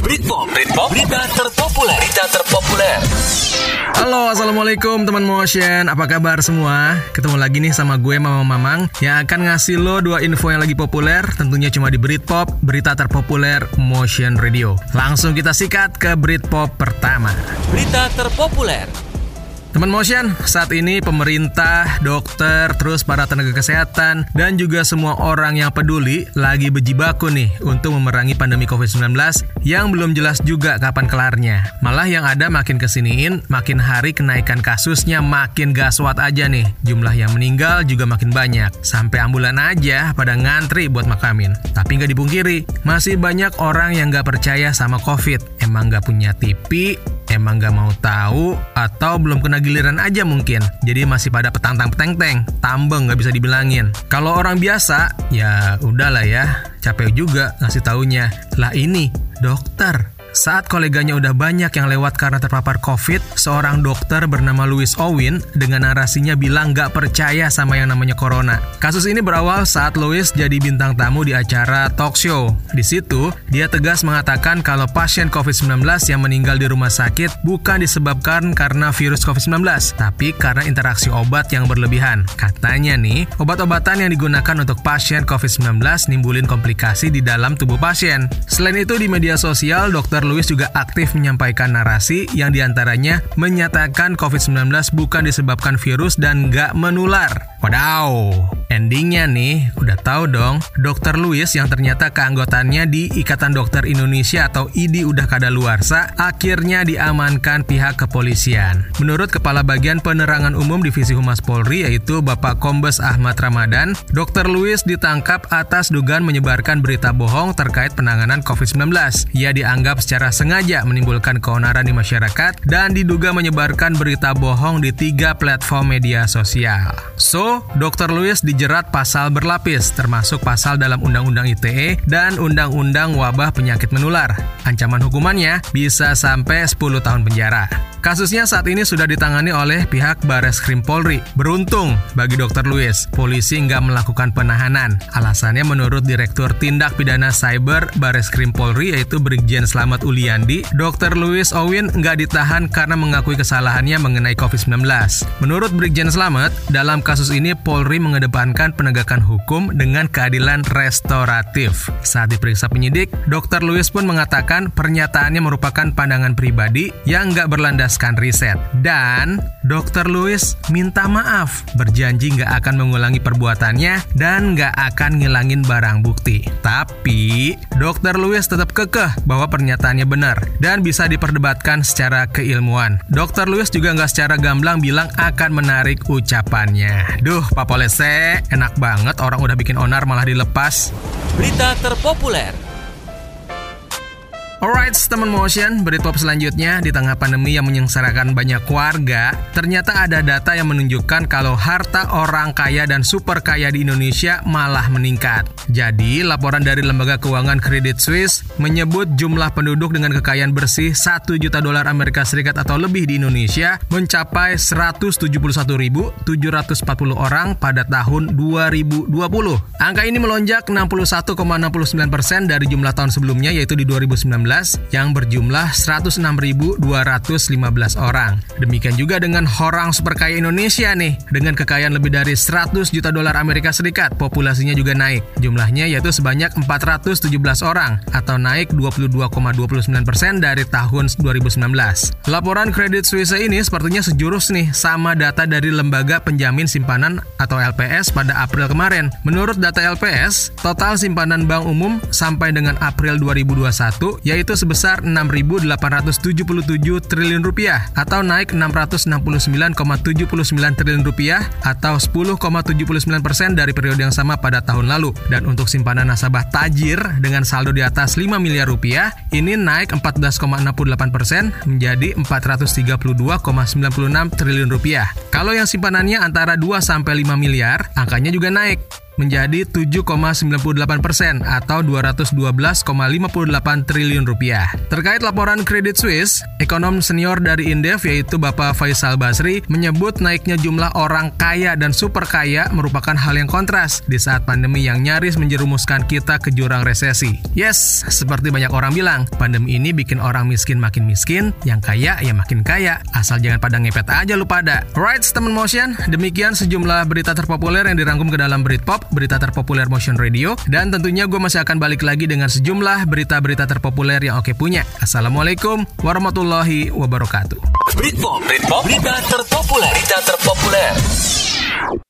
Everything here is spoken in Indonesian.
Britpop, berita terpopuler. Halo, assalamualaikum teman Motion. Apa kabar semua? Ketemu lagi nih sama gue Mama Mamang yang akan ngasih lo 2 info yang lagi populer. Tentunya cuma di Britpop, berita terpopuler Motion Radio. Langsung kita sikat ke Britpop pertama. Berita terpopuler. Teman Motion, saat ini pemerintah, dokter, terus para tenaga kesehatan, dan juga semua orang yang peduli lagi berjibaku nih untuk memerangi pandemi COVID-19 yang belum jelas juga kapan kelarnya. Malah yang ada makin kesiniin, makin hari kenaikan kasusnya makin gaswat aja nih. Jumlah yang meninggal juga makin banyak. Sampai ambulan aja pada ngantri buat makamin. Tapi nggak dipungkiri, masih banyak orang yang nggak percaya sama COVID. Emang nggak punya TV, emang gak mau tahu, atau belum kena giliran aja mungkin. Jadi masih pada petang-peteng-teng, tambeng gak bisa dibilangin. Kalau orang biasa, ya udahlah ya, capek juga ngasih taunya. Lah ini, dokter. Saat koleganya udah banyak yang lewat karena terpapar COVID, seorang dokter bernama Louis Owen dengan narasinya bilang gak percaya sama yang namanya corona. Kasus ini berawal saat Louis jadi bintang tamu di acara talk show. Di situ, dia tegas mengatakan kalau pasien COVID-19 yang meninggal di rumah sakit bukan disebabkan karena virus COVID-19, tapi karena interaksi obat yang berlebihan. Katanya nih, obat-obatan yang digunakan untuk pasien COVID-19 nimbulin komplikasi di dalam tubuh pasien. Selain itu, di media sosial, Dr. Louis juga aktif menyampaikan narasi yang diantaranya menyatakan COVID-19 bukan disebabkan virus dan nggak menular. Wadaw, endingnya nih, udah tahu dong, Dr. Louis yang ternyata keanggotaannya di Ikatan Dokter Indonesia atau IDI udah kadaluarsa, akhirnya diamankan pihak kepolisian. Menurut Kepala Bagian Penerangan Umum Divisi Humas Polri yaitu Bapak Kombes Ahmad Ramadan, Dr. Louis ditangkap atas dugaan menyebarkan berita bohong terkait penanganan COVID-19. Ia dianggap secara sengaja menimbulkan keonaran di masyarakat dan diduga menyebarkan berita bohong di 3 platform media sosial. So, Dr. Louis dijerat pasal berlapis, termasuk pasal dalam Undang-Undang ITE dan Undang-Undang Wabah Penyakit Menular. Ancaman hukumannya bisa sampai 10 tahun penjara. Kasusnya saat ini sudah ditangani oleh pihak Bareskrim Polri. Beruntung bagi Dr. Louis, polisi nggak melakukan penahanan. Alasannya menurut Direktur Tindak Pidana Cyber Bareskrim Polri yaitu Brigjen Slamet Uliandi, Dr. Louis Owen nggak ditahan karena mengakui kesalahannya mengenai COVID-19. Menurut Brigjen Slamet, dalam kasus ini Polri mengedepankan penegakan hukum dengan keadilan restoratif. Saat diperiksa penyidik, Dr. Louis pun mengatakan pernyataannya merupakan pandangan pribadi yang nggak berlandaskan riset. Dan Dr. Louis minta maaf, berjanji nggak akan mengulangi perbuatannya dan nggak akan ngilangin barang bukti. Tapi Dr. Louis tetap kekeh bahwa pernyataannya benar dan bisa diperdebatkan secara keilmuan. Dr. Louis juga nggak secara gamblang bilang akan menarik ucapannya. Duh, Pak Polese, enak banget orang udah bikin onar malah dilepas. Berita terpopuler. Alright, teman Motion, Britpop selanjutnya. Di tengah pandemi yang menyengsarakan banyak warga, ternyata ada data yang menunjukkan kalau harta orang kaya dan super kaya di Indonesia malah meningkat. Jadi, laporan dari Lembaga Keuangan Credit Suisse menyebut jumlah penduduk dengan kekayaan bersih 1 juta dolar Amerika Serikat atau lebih di Indonesia mencapai 171.740 orang pada tahun 2020. Angka ini melonjak 61,69% dari jumlah tahun sebelumnya yaitu di 2019 yang berjumlah 106.215 orang. Demikian juga dengan orang super kaya Indonesia nih, dengan kekayaan lebih dari 100 juta dolar Amerika Serikat, populasinya juga naik. Jumlahnya yaitu sebanyak 417 orang atau naik 22,29% dari tahun 2019. Laporan Credit Suisse ini sepertinya sejurus nih sama data dari Lembaga Penjamin Simpanan atau LPS pada April kemarin. Menurut data LPS, total simpanan bank umum sampai dengan April 2021 yaitu sebesar 6.877 triliun rupiah atau naik 669,79 triliun rupiah atau 10,79% dari periode yang sama pada tahun lalu. Dan untuk simpanan nasabah tajir dengan saldo di atas 5 miliar rupiah ini naik 14,68% menjadi 432,96 triliun rupiah. Kalau yang simpanannya antara 2 sampai 5 miliar, angkanya juga naik menjadi 7,98% atau 212,58 triliun rupiah. Terkait laporan Credit Suisse, ekonom senior dari Indef yaitu Bapak Faisal Basri menyebut naiknya jumlah orang kaya dan super kaya merupakan hal yang kontras di saat pandemi yang nyaris menjerumuskan kita ke jurang resesi. Yes, seperti banyak orang bilang, pandemi ini bikin orang miskin makin miskin, yang kaya ya makin kaya. Asal jangan pada ngepet aja lu pada. Alright, teman Motion, demikian sejumlah berita terpopuler yang dirangkum ke dalam Britpop, berita terpopuler Motion Radio, dan tentunya gue masih akan balik lagi dengan sejumlah berita-berita terpopuler yang Oke punya. Assalamualaikum warahmatullahi wabarakatuh. Britpop, berita terpopuler.